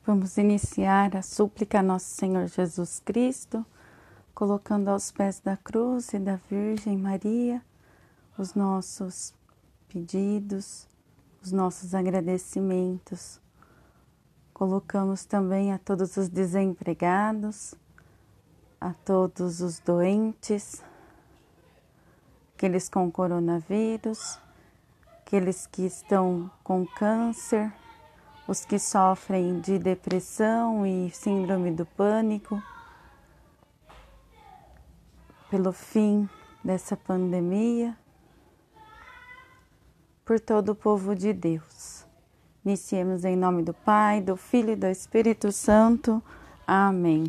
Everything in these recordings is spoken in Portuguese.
Vamos iniciar a súplica a Nosso Senhor Jesus Cristo, colocando aos pés da cruz e da Virgem Maria os nossos pedidos, os nossos agradecimentos. Colocamos também a todos os desempregados, a todos os doentes, aqueles com coronavírus, aqueles que estão com câncer, os que sofrem de depressão e síndrome do pânico, pelo fim dessa pandemia, por todo o povo de Deus. Iniciemos em nome do Pai, do Filho e do Espírito Santo. Amém.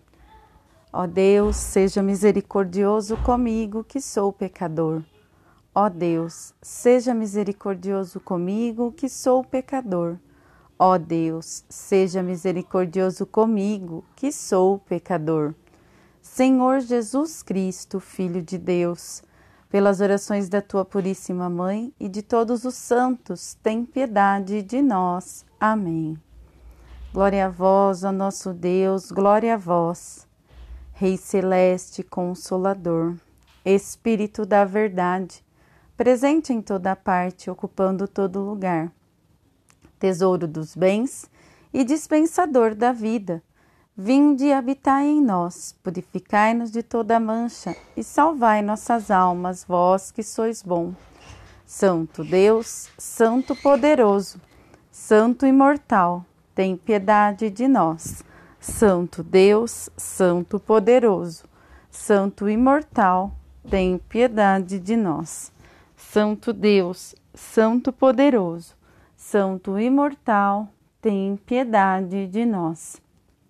Ó Deus, seja misericordioso comigo, que sou pecador. Ó Deus, seja misericordioso comigo, que sou pecador. Ó Deus, seja misericordioso comigo, que sou pecador. Senhor Jesus Cristo, Filho de Deus, pelas orações da Tua Puríssima Mãe e de todos os santos, tem piedade de nós. Amém. Glória a vós, ó nosso Deus, glória a vós. Rei Celeste, Consolador, Espírito da Verdade, presente em toda parte, ocupando todo lugar. Tesouro dos bens e dispensador da vida, vinde e habitai em nós, purificai-nos de toda mancha e salvai nossas almas, vós que sois bom. Santo Deus, Santo poderoso, Santo imortal, tem piedade de nós. Santo Deus, Santo poderoso, Santo imortal, tem piedade de nós. Santo Deus, Santo poderoso, Santo imortal, tem piedade de nós.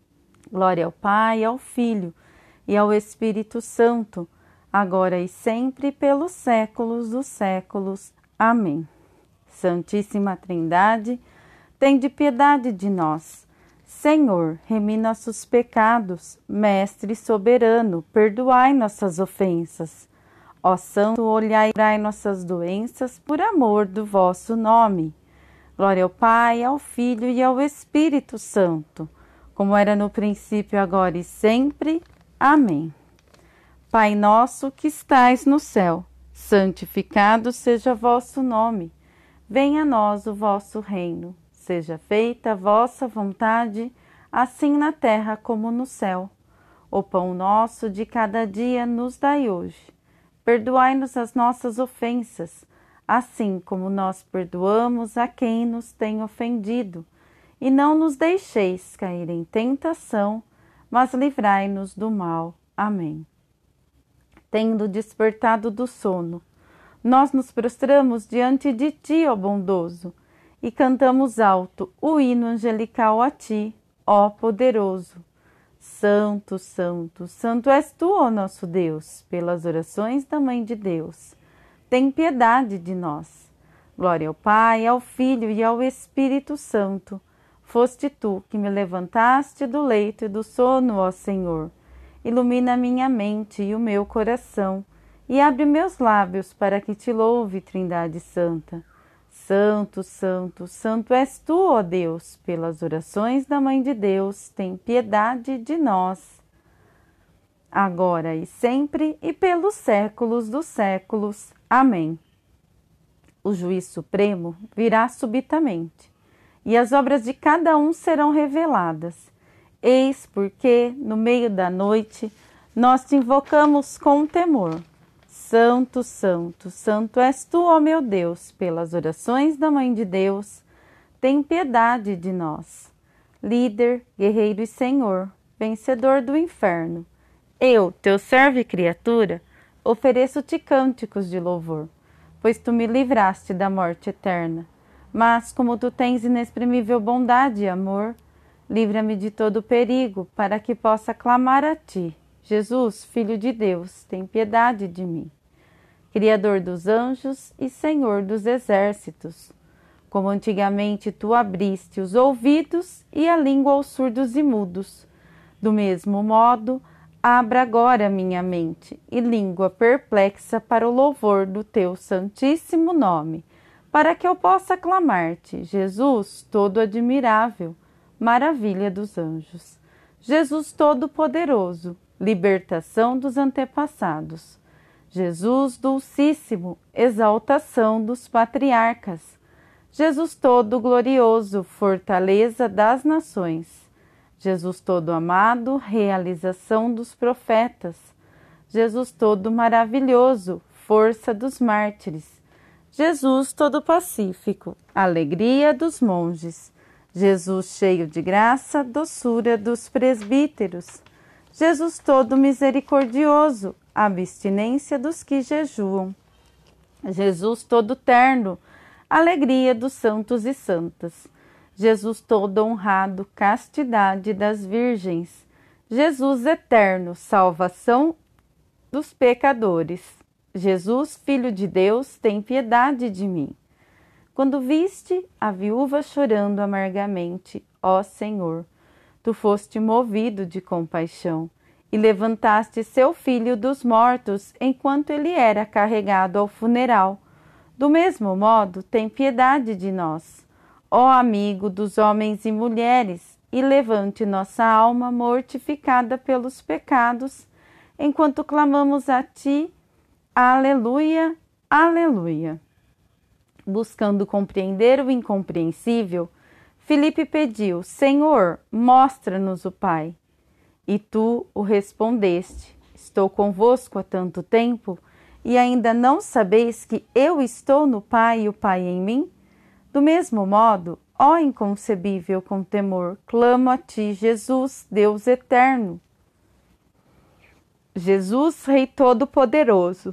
Glória ao Pai, ao Filho e ao Espírito Santo, agora e sempre, pelos séculos dos séculos. Amém. Santíssima Trindade, tende piedade de nós. Senhor, remi nossos pecados. Mestre soberano, perdoai nossas ofensas. Ó Santo, olhai nossas doenças por amor do vosso nome. Glória ao Pai, ao Filho e ao Espírito Santo, como era no princípio, agora e sempre. Amém. Pai nosso que estais no céu, santificado seja vosso nome. Venha a nós o vosso reino. Seja feita a vossa vontade, assim na terra como no céu. O pão nosso de cada dia nos dai hoje. Perdoai-nos as nossas ofensas, assim como nós perdoamos a quem nos tem ofendido. E não nos deixeis cair em tentação, mas livrai-nos do mal. Amém. Tendo despertado do sono, nós nos prostramos diante de Ti, ó bondoso, e cantamos alto o hino angelical a Ti, ó poderoso. Santo, Santo, Santo és Tu, ó nosso Deus, pelas orações da Mãe de Deus. Tem piedade de nós. Glória ao Pai, ao Filho e ao Espírito Santo. Foste Tu que me levantaste do leito e do sono, ó Senhor. Ilumina minha mente e o meu coração, e abre meus lábios para que Te louve, Trindade Santa. Santo, Santo, Santo és Tu, ó Deus, pelas orações da Mãe de Deus, tem piedade de nós. Agora e sempre e pelos séculos dos séculos. Amém. O juiz supremo virá subitamente, e as obras de cada um serão reveladas. Eis porque, no meio da noite, nós te invocamos com temor. Santo, Santo, Santo és Tu, ó meu Deus, pelas orações da Mãe de Deus, tem piedade de nós. Líder, guerreiro e Senhor, vencedor do inferno, eu, Teu servo e criatura, ofereço-Te cânticos de louvor, pois Tu me livraste da morte eterna. Mas, como Tu tens inexprimível bondade e amor, livra-me de todo perigo, para que possa clamar a Ti. Jesus, Filho de Deus, tem piedade de mim. Criador dos anjos e Senhor dos exércitos, como antigamente Tu abriste os ouvidos e a língua aos surdos e mudos, do mesmo modo, abra agora minha mente e língua perplexa para o louvor do Teu santíssimo nome, para que eu possa clamar-te, Jesus, todo admirável, maravilha dos anjos. Jesus Todo-Poderoso, libertação dos antepassados. Jesus Dulcíssimo, exaltação dos patriarcas. Jesus Todo-Glorioso, fortaleza das nações. Jesus Todo-Amado, realização dos profetas. Jesus Todo-Maravilhoso, força dos mártires. Jesus Todo-Pacífico, alegria dos monges. Jesus cheio de graça, doçura dos presbíteros. Jesus todo misericordioso, abstinência dos que jejuam. Jesus todo terno, alegria dos santos e santas. Jesus todo honrado, castidade das virgens. Jesus eterno, salvação dos pecadores. Jesus, Filho de Deus, tem piedade de mim. Quando viste a viúva chorando amargamente, ó Senhor, tu foste movido de compaixão e levantaste seu filho dos mortos enquanto ele era carregado ao funeral. Do mesmo modo, tem piedade de nós, ó amigo dos homens e mulheres, e levante nossa alma mortificada pelos pecados, enquanto clamamos a ti, aleluia, aleluia. Buscando compreender o incompreensível, Filipe pediu: Senhor, mostra-nos o Pai. E tu o respondeste: Estou convosco há tanto tempo, e ainda não sabeis que eu estou no Pai e o Pai em mim? Do mesmo modo, ó inconcebível com temor, clamo a ti, Jesus, Deus eterno. Jesus, Rei Todo-Poderoso.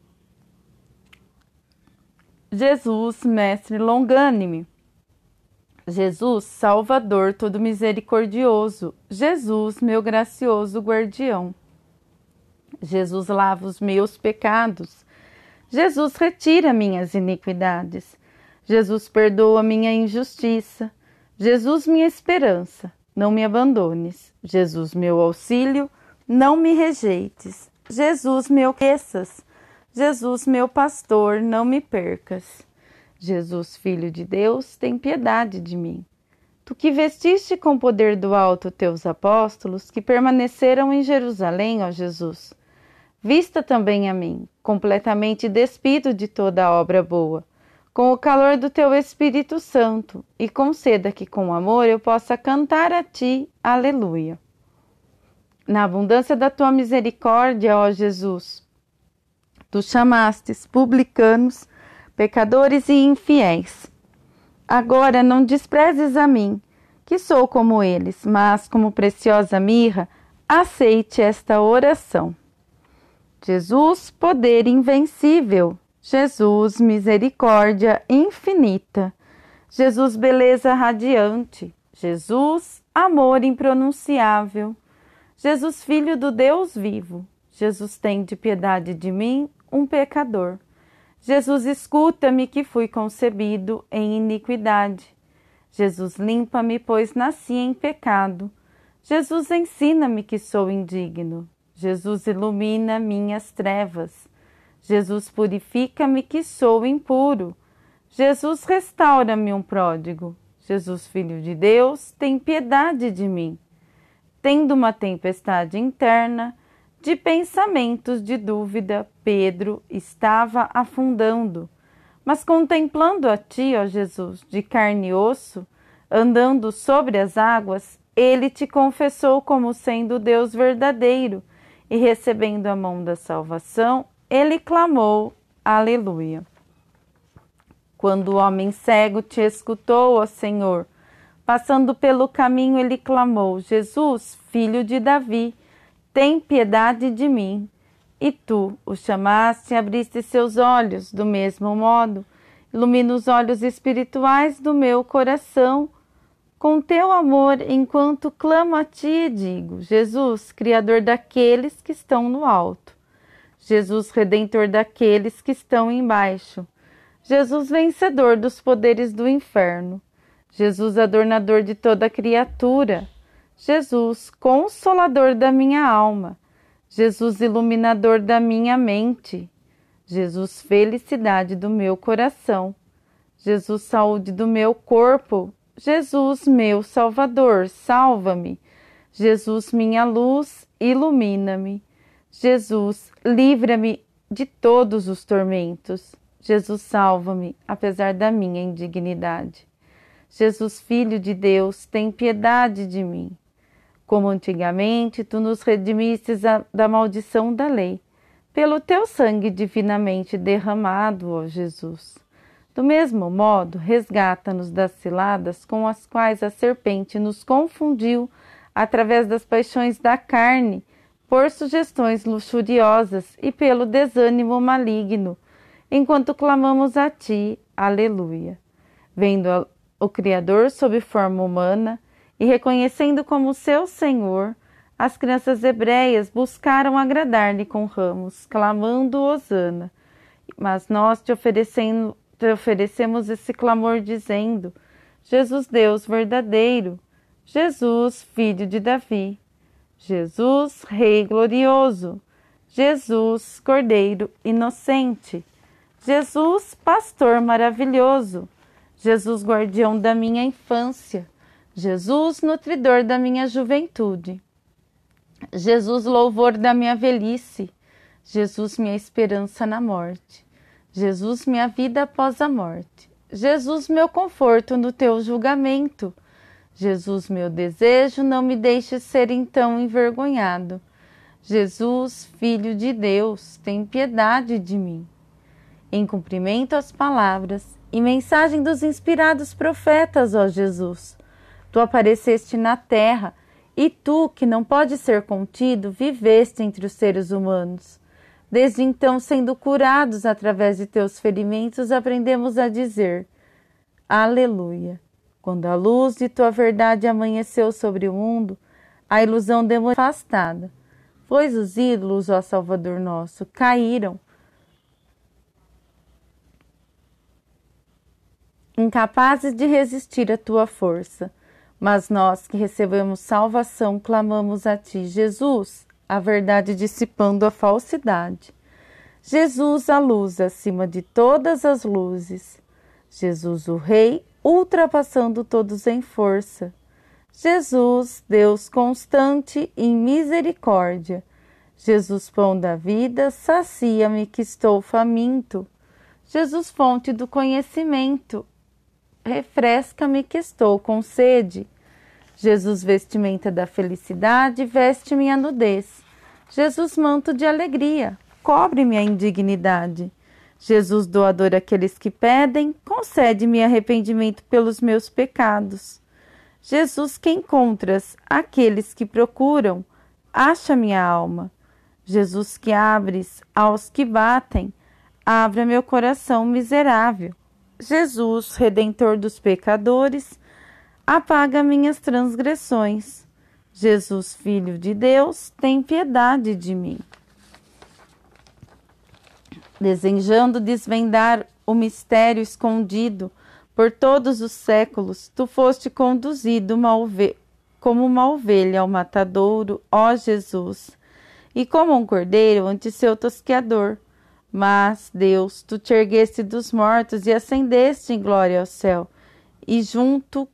Jesus, Mestre longânime. Jesus, Salvador todo misericordioso. Jesus, meu gracioso guardião. Jesus, lava os meus pecados. Jesus, retira minhas iniquidades. Jesus, perdoa minha injustiça. Jesus, minha esperança, não me abandones. Jesus, meu auxílio, não me rejeites. Jesus, meu queças. Jesus, meu pastor, não me percas. Jesus, Filho de Deus, tem piedade de mim. Tu que vestiste com poder do alto teus apóstolos, que permaneceram em Jerusalém, ó Jesus, vista também a mim, completamente despido de toda a obra boa, com o calor do teu Espírito Santo, e conceda que com amor eu possa cantar a ti, aleluia. Na abundância da tua misericórdia, ó Jesus, tu chamastes publicanos, pecadores e infiéis. Agora não desprezes a mim, que sou como eles, mas como preciosa mirra, aceite esta oração. Jesus, poder invencível. Jesus, misericórdia infinita. Jesus, beleza radiante. Jesus, amor impronunciável. Jesus, Filho do Deus vivo. Jesus, tem de piedade de mim, um pecador. Jesus, escuta-me que fui concebido em iniquidade. Jesus, limpa-me, pois nasci em pecado. Jesus, ensina-me que sou indigno. Jesus, ilumina minhas trevas. Jesus, purifica-me que sou impuro. Jesus, restaura-me um pródigo. Jesus, Filho de Deus, tem piedade de mim. Tendo uma tempestade interna, de pensamentos de dúvida, Pedro estava afundando. Mas contemplando a ti, ó Jesus, de carne e osso, andando sobre as águas, ele te confessou como sendo Deus verdadeiro, e recebendo a mão da salvação, ele clamou, aleluia. Quando o homem cego te escutou, ó Senhor, passando pelo caminho, ele clamou, Jesus, filho de Davi, tem piedade de mim. E tu o chamaste e abriste seus olhos, do mesmo modo, ilumina os olhos espirituais do meu coração, com teu amor, enquanto clamo a ti e digo, Jesus, Criador daqueles que estão no alto, Jesus, Redentor daqueles que estão embaixo, Jesus, vencedor dos poderes do inferno, Jesus, adornador de toda criatura, Jesus, consolador da minha alma, Jesus, iluminador da minha mente, Jesus, felicidade do meu coração, Jesus, saúde do meu corpo, Jesus, meu Salvador, salva-me. Jesus, minha luz, ilumina-me. Jesus, livra-me de todos os tormentos. Jesus, salva-me, apesar da minha indignidade. Jesus, Filho de Deus, tem piedade de mim. Como antigamente tu nos redimistes da maldição da lei, pelo teu sangue divinamente derramado, ó Jesus. Do mesmo modo, resgata-nos das ciladas com as quais a serpente nos confundiu através das paixões da carne, por sugestões luxuriosas e pelo desânimo maligno, enquanto clamamos a Ti, aleluia. Vendo o Criador sob forma humana e reconhecendo como seu Senhor, as crianças hebreias buscaram agradar-lhe com ramos, clamando Hosana. Mas nós te oferecemos esse clamor dizendo: Jesus, Deus verdadeiro, Jesus, Filho de Davi, Jesus, Rei glorioso, Jesus, Cordeiro inocente, Jesus, Pastor maravilhoso, Jesus, guardião da minha infância, Jesus, nutridor da minha juventude, Jesus, louvor da minha velhice, Jesus, minha esperança na morte, Jesus, minha vida após a morte, Jesus, meu conforto no teu julgamento, Jesus, meu desejo, não me deixes ser então envergonhado. Jesus, Filho de Deus, tem piedade de mim. Em cumprimento às palavras e mensagem dos inspirados profetas, ó Jesus, tu apareceste na terra e tu, que não pode ser contido, viveste entre os seres humanos. Desde então, sendo curados através de teus ferimentos, aprendemos a dizer: aleluia. Quando a luz de tua verdade amanheceu sobre o mundo, a ilusão demorou afastada, pois os ídolos, ó Salvador nosso, caíram, incapazes de resistir à tua força. Mas nós que recebemos salvação, clamamos a ti, Jesus, a verdade dissipando a falsidade. Jesus, a luz acima de todas as luzes. Jesus, o Rei, ultrapassando todos em força. Jesus, Deus constante em misericórdia. Jesus, pão da vida, sacia-me que estou faminto. Jesus, fonte do conhecimento, refresca-me que estou com sede. Jesus, vestimenta da felicidade, veste minha nudez. Jesus, manto de alegria, cobre-me a indignidade. Jesus, doador àqueles que pedem, concede-me arrependimento pelos meus pecados. Jesus, que encontras aqueles que procuram, acha minha alma. Jesus, que abres aos que batem, abra meu coração miserável. Jesus, Redentor dos pecadores, apaga minhas transgressões. Jesus, Filho de Deus, tem piedade de mim. Desejando desvendar o mistério escondido por todos os séculos, tu foste conduzido como uma ovelha ao matadouro, ó Jesus, e como um cordeiro ante seu tosqueador. Mas, Deus, tu te ergueste dos mortos e ascendeste em glória ao céu, e junto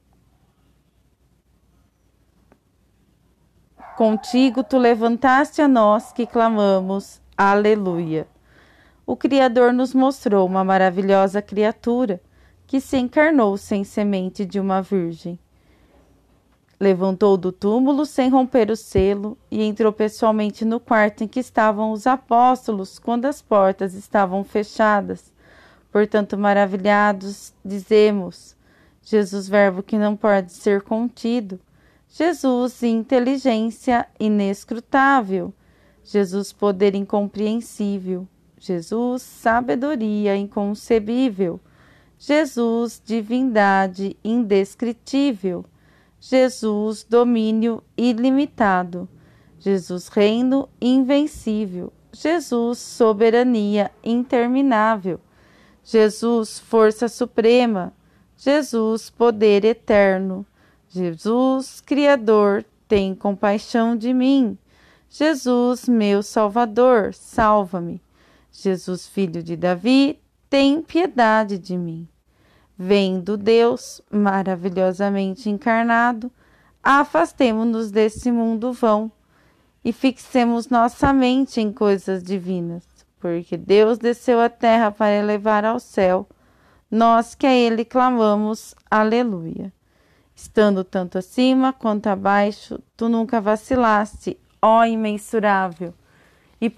contigo tu levantaste a nós que clamamos, aleluia. O Criador nos mostrou uma maravilhosa criatura que se encarnou sem semente de uma virgem. Levantou do túmulo sem romper o selo e entrou pessoalmente no quarto em que estavam os apóstolos quando as portas estavam fechadas. Portanto, maravilhados, dizemos: Jesus, verbo que não pode ser contido. Jesus, inteligência inescrutável. Jesus, poder incompreensível. Jesus, sabedoria inconcebível. Jesus, divindade indescritível. Jesus, domínio ilimitado. Jesus, reino invencível. Jesus, soberania interminável. Jesus, força suprema. Jesus, poder eterno. Jesus, Criador, tem compaixão de mim. Jesus, meu Salvador, salva-me. Jesus, Filho de Davi, tem piedade de mim. Vendo Deus maravilhosamente encarnado, afastemo-nos desse mundo vão e fixemos nossa mente em coisas divinas, porque Deus desceu à terra para elevar ao céu, nós que a Ele clamamos, aleluia. Estando tanto acima quanto abaixo, tu nunca vacilaste, ó imensurável, e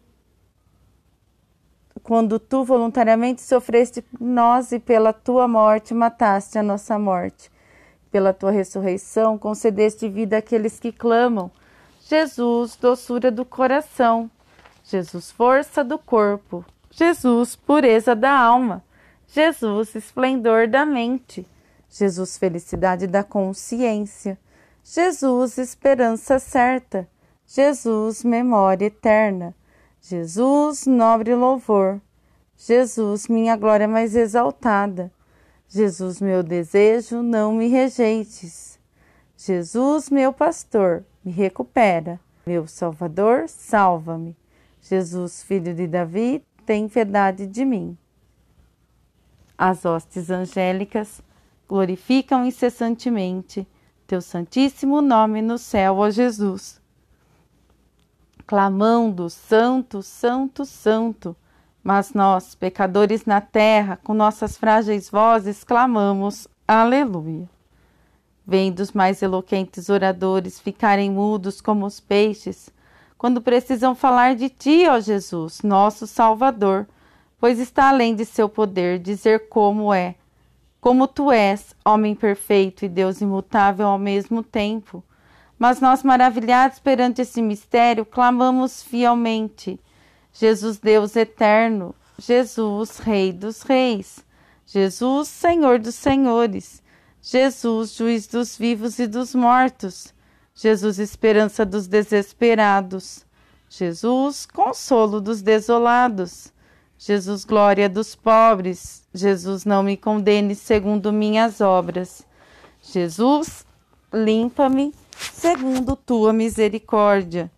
quando tu voluntariamente sofreste por nós e pela tua morte mataste a nossa morte. Pela tua ressurreição concedeste vida àqueles que clamam. Jesus, doçura do coração. Jesus, força do corpo. Jesus, pureza da alma. Jesus, esplendor da mente. Jesus, felicidade da consciência. Jesus, esperança certa. Jesus, memória eterna. Jesus, nobre louvor. Jesus, minha glória mais exaltada. Jesus, meu desejo, não me rejeites. Jesus, meu pastor, me recupera. Meu Salvador, salva-me. Jesus, filho de Davi, tem piedade de mim. As hostes angélicas glorificam incessantemente teu santíssimo nome no céu, ó Jesus. Clamando, santo, santo, santo. Mas nós, pecadores na terra, com nossas frágeis vozes, clamamos, aleluia. Vendo os mais eloquentes oradores ficarem mudos como os peixes, quando precisam falar de ti, ó Jesus, nosso Salvador, pois está além de seu poder dizer como tu és, homem perfeito e Deus imutável ao mesmo tempo. Mas nós, maravilhados perante esse mistério, clamamos fielmente, Jesus, Deus eterno, Jesus, Rei dos reis, Jesus, Senhor dos senhores, Jesus, juiz dos vivos e dos mortos, Jesus, esperança dos desesperados, Jesus, consolo dos desolados, Jesus, glória dos pobres, Jesus, não me condenes segundo minhas obras, Jesus, limpa-me segundo tua misericórdia.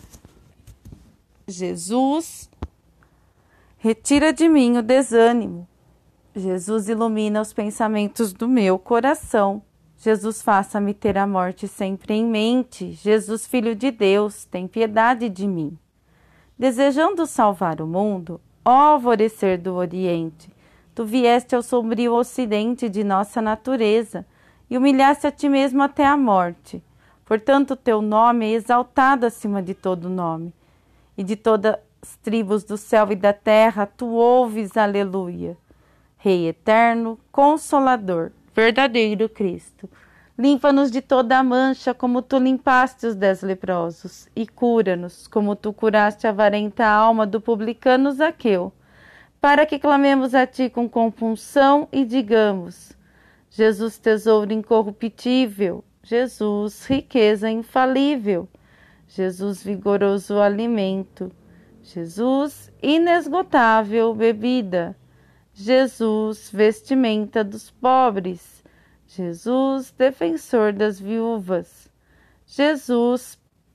Jesus, retira de mim o desânimo. Jesus, ilumina os pensamentos do meu coração. Jesus, faça-me ter a morte sempre em mente. Jesus, Filho de Deus, tem piedade de mim. Desejando salvar o mundo, ó alvorecer do Oriente, tu vieste ao sombrio ocidente de nossa natureza e humilhaste a ti mesmo até a morte. Portanto, teu nome é exaltado acima de todo nome. E de todas as tribos do céu e da terra, tu ouves, aleluia. Rei eterno, Consolador, verdadeiro Cristo, limpa-nos de toda a mancha, como tu limpaste os 10 leprosos, e cura-nos, como tu curaste a avarenta alma do publicano Zaqueu, para que clamemos a ti com compunção e digamos, Jesus, tesouro incorruptível, Jesus, riqueza infalível, Jesus, vigoroso alimento, Jesus, inesgotável bebida, Jesus, vestimenta dos pobres, Jesus, defensor das viúvas, Jesus,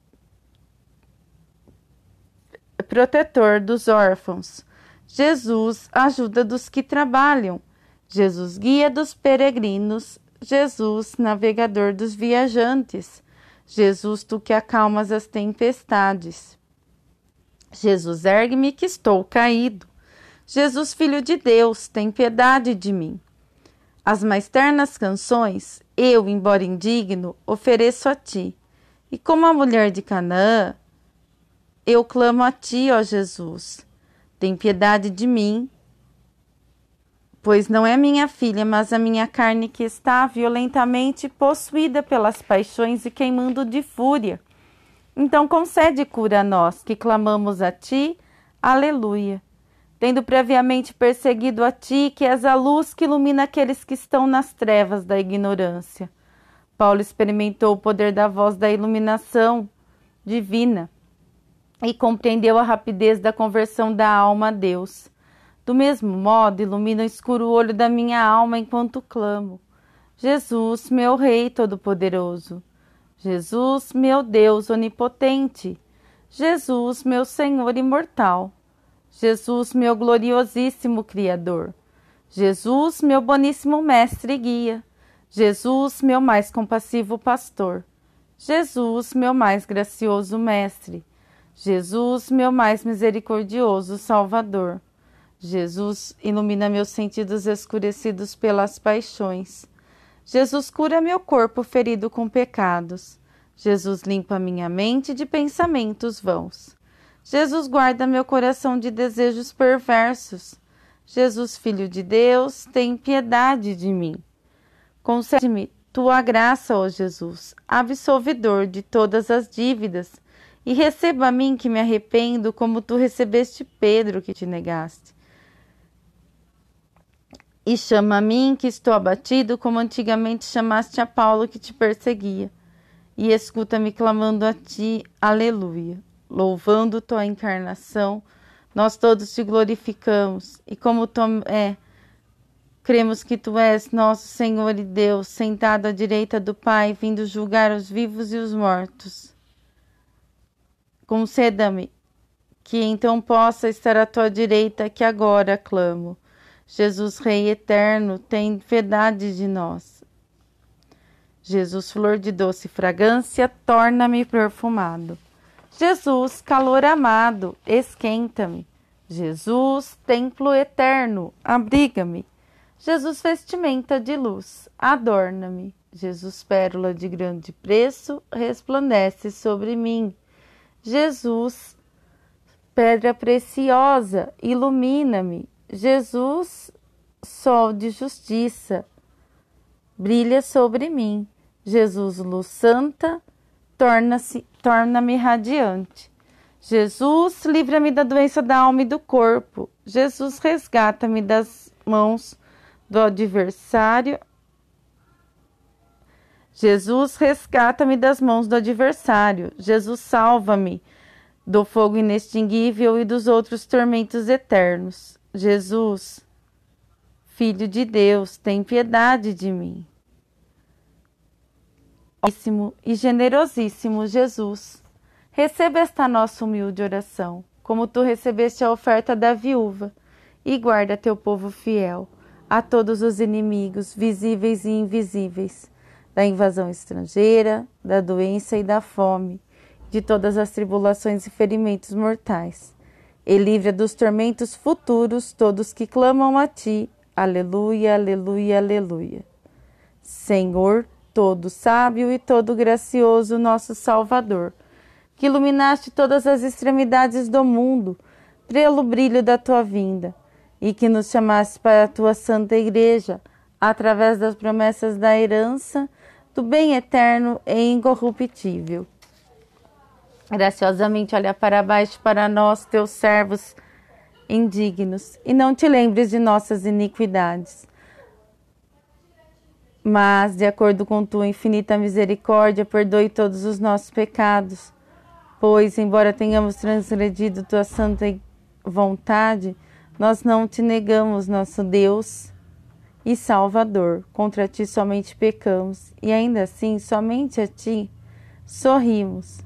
protetor dos órfãos, Jesus, ajuda dos que trabalham, Jesus, guia dos peregrinos, Jesus, navegador dos viajantes, Jesus, tu que acalmas as tempestades, Jesus, ergue-me que estou caído, Jesus, Filho de Deus, tem piedade de mim. As mais ternas canções, eu, embora indigno, ofereço a ti, e como a mulher de Canaã, eu clamo a ti, ó Jesus, tem piedade de mim, pois não é minha filha, mas a minha carne que está violentamente possuída pelas paixões e queimando de fúria. Então concede cura a nós, que clamamos a ti, aleluia. Tendo previamente perseguido a ti, que és a luz que ilumina aqueles que estão nas trevas da ignorância. Paulo experimentou o poder da voz da iluminação divina e compreendeu a rapidez da conversão da alma a Deus. Do mesmo modo, ilumina o escuro olho da minha alma enquanto clamo. Jesus, meu Rei Todo-Poderoso. Jesus, meu Deus Onipotente. Jesus, meu Senhor imortal. Jesus, meu gloriosíssimo Criador. Jesus, meu boníssimo mestre e guia. Jesus, meu mais compassivo pastor. Jesus, meu mais gracioso mestre. Jesus, meu mais misericordioso Salvador. Jesus, ilumina meus sentidos escurecidos pelas paixões. Jesus, cura meu corpo ferido com pecados. Jesus, limpa minha mente de pensamentos vãos. Jesus, guarda meu coração de desejos perversos. Jesus, Filho de Deus, tem piedade de mim. Concede-me tua graça, ó Jesus, absolvedor de todas as dívidas, e receba a mim que me arrependo, como tu recebeste Pedro que te negaste. E chama a mim que estou abatido, como antigamente chamaste a Paulo que te perseguia. E escuta-me clamando a ti, aleluia. Louvando tua encarnação, nós todos te glorificamos, e como tu cremos que tu és nosso Senhor e Deus, sentado à direita do Pai, vindo julgar os vivos e os mortos. Conceda-me que então possa estar à tua direita, que agora clamo. Jesus, Rei eterno, tem piedade de nós. Jesus, flor de doce fragrância, torna-me perfumado. Jesus, calor amado, esquenta-me. Jesus, templo eterno, abriga-me. Jesus, vestimenta de luz, adorna-me. Jesus, pérola de grande preço, resplandece sobre mim. Jesus, pedra preciosa, ilumina-me. Jesus, sol de justiça, brilha sobre mim. Jesus, luz santa, torna-me radiante. Jesus, livra-me da doença da alma e do corpo. Jesus, resgata-me das mãos do adversário. Jesus, resgata-me das mãos do adversário. Jesus, salva-me do fogo inextinguível e dos outros tormentos eternos. Jesus, Filho de Deus, tem piedade de mim. E generosíssimo Jesus, receba esta nossa humilde oração, como tu recebeste a oferta da viúva, e guarda teu povo fiel a todos os inimigos, visíveis e invisíveis, da invasão estrangeira, da doença e da fome, de todas as tribulações e ferimentos mortais, e livra dos tormentos futuros todos que clamam a ti. Aleluia, aleluia, aleluia. Senhor, todo sábio e todo gracioso, nosso Salvador, que iluminaste todas as extremidades do mundo pelo brilho da tua vinda, e que nos chamaste para a tua santa igreja, através das promessas da herança do bem eterno e incorruptível. Graciosamente olha para baixo para nós, teus servos indignos, e não te lembres de nossas iniquidades, mas, de acordo com tua infinita misericórdia, perdoe todos os nossos pecados, pois, embora tenhamos transgredido tua santa vontade, nós não te negamos, nosso Deus e Salvador. Contra ti somente pecamos, e ainda assim somente a ti sorrimos.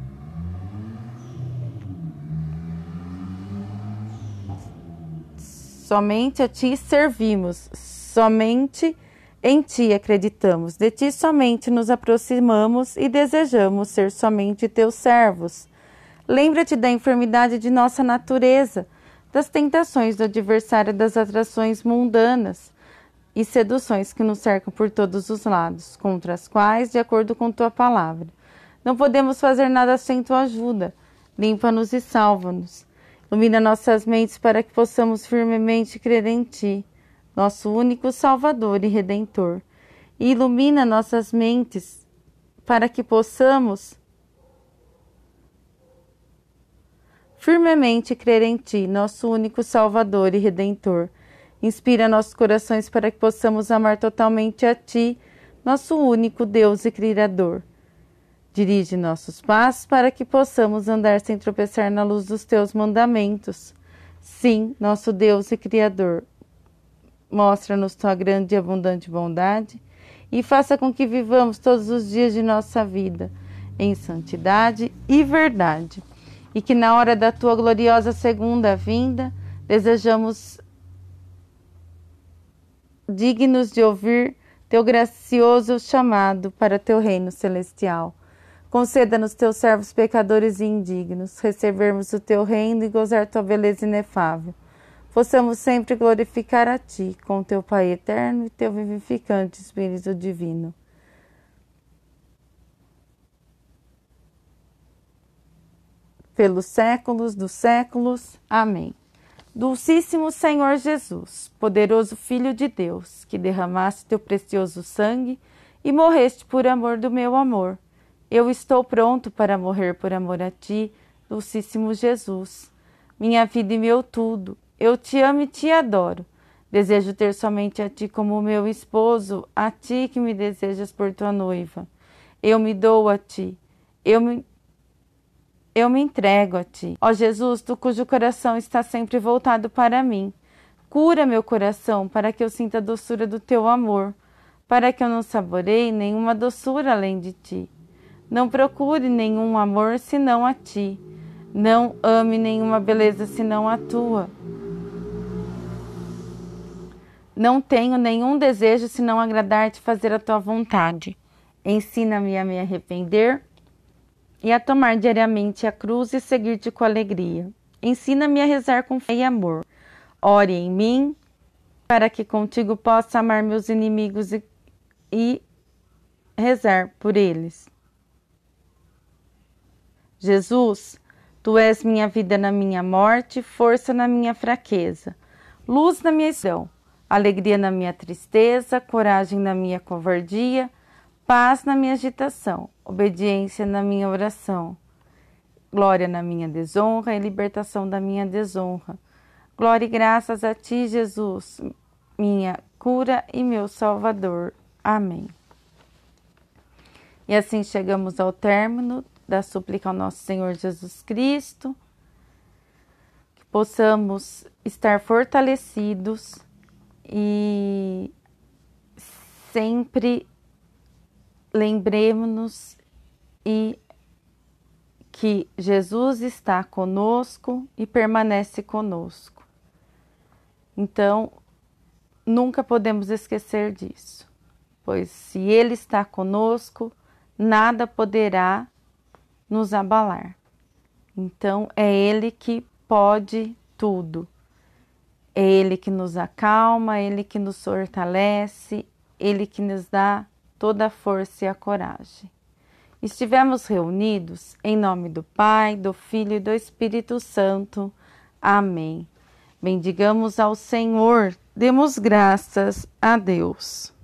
Somente a ti servimos, somente em ti acreditamos, de ti somente nos aproximamos e desejamos ser somente teus servos. Lembra-te da enfermidade de nossa natureza, das tentações do adversário, das atrações mundanas e seduções que nos cercam por todos os lados, contra as quais, de acordo com tua palavra, não podemos fazer nada sem tua ajuda. Limpa-nos e salva-nos. Ilumina nossas mentes para que possamos firmemente crer em ti, nosso único Salvador e Redentor. E ilumina nossas mentes para que possamos firmemente crer em ti, nosso único Salvador e Redentor. Inspira nossos corações para que possamos amar totalmente a ti, nosso único Deus e Criador. Dirige nossos passos para que possamos andar sem tropeçar na luz dos teus mandamentos. Sim, nosso Deus e Criador, mostra-nos tua grande e abundante bondade e faça com que vivamos todos os dias de nossa vida em santidade e verdade. E que na hora da tua gloriosa segunda vinda desejamos dignos de ouvir teu gracioso chamado para teu reino celestial. Conceda-nos, teus servos pecadores e indignos, recebermos o teu reino e gozar tua beleza inefável. Possamos sempre glorificar a ti, com teu Pai eterno e teu vivificante Espírito Divino. Pelos séculos dos séculos. Amém. Dulcíssimo Senhor Jesus, poderoso Filho de Deus, que derramaste teu precioso sangue e morreste por amor do meu amor, eu estou pronto para morrer por amor a ti, Dulcíssimo Jesus, minha vida e meu tudo. Eu te amo e te adoro. Desejo ter somente a ti como meu esposo, a ti que me desejas por tua noiva. Eu me dou a ti. Eu me entrego a ti. Ó Jesus, tu cujo coração está sempre voltado para mim. Cura meu coração para que eu sinta a doçura do teu amor, para que eu não saboreie nenhuma doçura além de ti. Não procure nenhum amor senão a ti. Não ame nenhuma beleza senão a tua. Não tenho nenhum desejo senão agradar-te e fazer a tua vontade. Ensina-me a me arrepender e a tomar diariamente a cruz e seguir-te com alegria. Ensina-me a rezar com fé e amor. Ore em mim, para que contigo possa amar meus inimigos e rezar por eles. Jesus, tu és minha vida na minha morte, força na minha fraqueza, luz na minha escuridão, alegria na minha tristeza, coragem na minha covardia, paz na minha agitação, obediência na minha oração, glória na minha desonra e libertação da minha desonra. Glória e graças a ti, Jesus, minha cura e meu Salvador. Amém. E assim chegamos ao término da súplica ao nosso Senhor Jesus Cristo, que possamos estar fortalecidos e sempre lembremos-nos e que Jesus está conosco e permanece conosco. Então, nunca podemos esquecer disso, pois se Ele está conosco, nada poderá nos abalar. Então, é Ele que pode tudo. É Ele que nos acalma, é Ele que nos fortalece, Ele que nos dá toda a força e a coragem. Estivemos reunidos em nome do Pai, do Filho e do Espírito Santo. Amém. Bendigamos ao Senhor, demos graças a Deus.